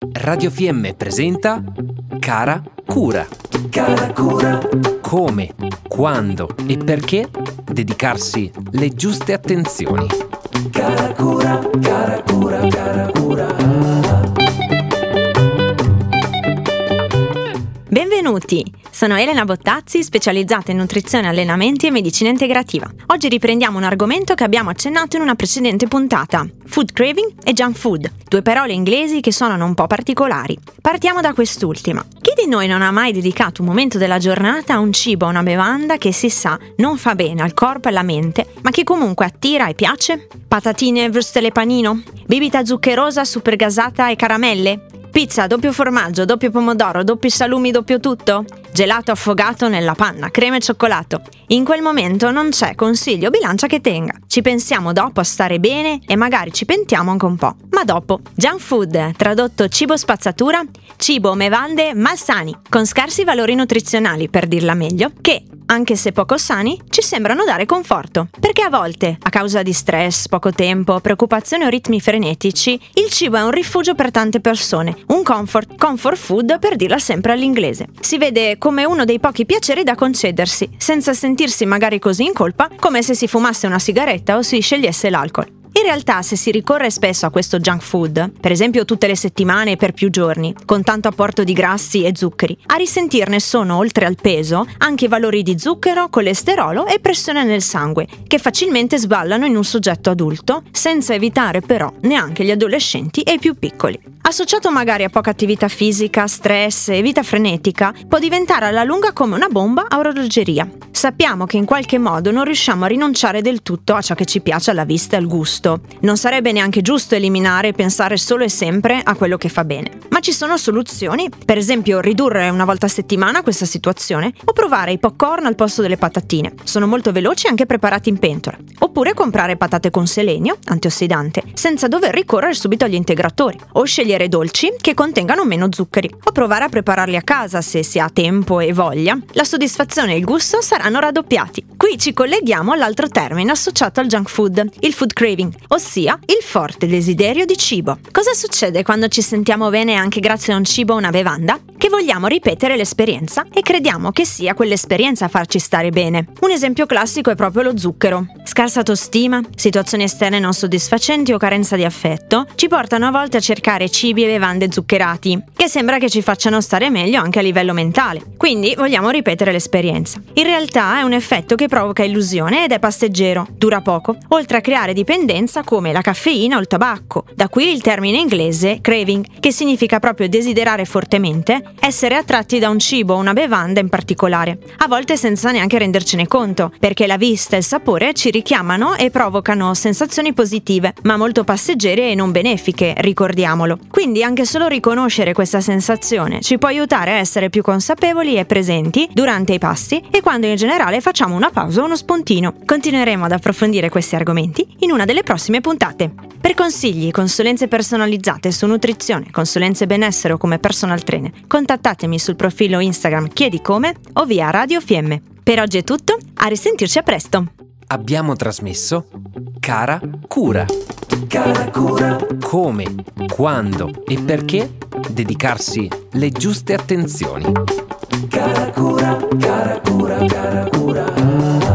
Radio FM presenta Cara Cura. Cara Cura. Come, quando e perché dedicarsi le giuste attenzioni. Cara Cura, cara Cura, cara Cura. Benvenuti! Sono Elena Bottazzi, specializzata in nutrizione, allenamenti e medicina integrativa. Oggi riprendiamo un argomento che abbiamo accennato in una precedente puntata: food craving e junk food, due parole inglesi che suonano un po' particolari. Partiamo da quest'ultima. Chi di noi non ha mai dedicato un momento della giornata a un cibo o una bevanda che si sa non fa bene al corpo e alla mente, ma che comunque attira e piace? Patatine, würstel e panino? Bibita zuccherosa, super gasata e caramelle? Pizza, doppio formaggio, doppio pomodoro, doppi salumi, doppio tutto? Gelato affogato nella panna, crema e cioccolato. In quel momento non c'è consiglio o bilancia che tenga. Ci pensiamo dopo a stare bene e magari ci pentiamo anche un po'. Ma dopo, junk food, tradotto cibo spazzatura, cibo o bevande malsani, con scarsi valori nutrizionali, per dirla meglio, che, anche se poco sani, ci sembrano dare conforto. Perché a volte, a causa di stress, poco tempo, preoccupazioni o ritmi frenetici, il cibo è un rifugio per tante persone, un comfort food per dirla sempre all'inglese. Si vede come uno dei pochi piaceri da concedersi, senza sentirsi magari così in colpa come se si fumasse una sigaretta o si scegliesse l'alcol. In realtà, se si ricorre spesso a questo junk food, per esempio tutte le settimane e per più giorni, con tanto apporto di grassi e zuccheri, a risentirne sono, oltre al peso, anche i valori di zucchero, colesterolo e pressione nel sangue, che facilmente sballano in un soggetto adulto, senza evitare però neanche gli adolescenti e i più piccoli. Associato magari a poca attività fisica, stress e vita frenetica, può diventare alla lunga come una bomba a orologeria. Sappiamo che in qualche modo non riusciamo a rinunciare del tutto a ciò che ci piace alla vista e al gusto. Non sarebbe neanche giusto eliminare e pensare solo e sempre a quello che fa bene. Ma ci sono soluzioni, per esempio ridurre una volta a settimana questa situazione o provare i popcorn al posto delle patatine. Sono molto veloci e anche preparati in pentola. Oppure comprare patate con selenio, antiossidante, senza dover ricorrere subito agli integratori. O scegliere dolci che contengano meno zuccheri. O provare a prepararli a casa se si ha tempo e voglia. La soddisfazione e il gusto saranno raddoppiati. Qui ci colleghiamo all'altro termine associato al junk food, il food craving, ossia il forte desiderio di cibo. Cosa succede quando ci sentiamo bene anche grazie a un cibo o una bevanda? Che vogliamo ripetere l'esperienza e crediamo che sia quell'esperienza a farci stare bene. Un esempio classico è proprio lo zucchero. Scarsa autostima, situazioni esterne non soddisfacenti o carenza di affetto ci portano a volte a cercare cibi e bevande zuccherati, che sembra che ci facciano stare meglio anche a livello mentale. Quindi vogliamo ripetere l'esperienza. In realtà è un effetto che provoca illusione ed è passeggero, dura poco, oltre a creare dipendenza come la caffeina o il tabacco. Da qui il termine inglese craving, che significa proprio desiderare fortemente, essere attratti da un cibo o una bevanda in particolare, a volte senza neanche rendercene conto, perché la vista e il sapore ci richiamano e provocano sensazioni positive, ma molto passeggere e non benefiche, ricordiamolo. Quindi anche solo riconoscere questa sensazione ci può aiutare a essere più consapevoli e presenti durante i pasti e quando in generale facciamo una pausa o uno spuntino. Continueremo ad approfondire questi argomenti in una delle prossime puntate. Per consigli, consulenze personalizzate su nutrizione, consulenze benessere o come personal trainer, contattatemi sul profilo Instagram Chiedicome o via Radio FM. Per oggi è tutto, a risentirci a presto! Abbiamo trasmesso Cara Cura. Cara Cura. Come, quando e perché dedicarsi le giuste attenzioni. Cara Cura, cara Cura, cara Cura.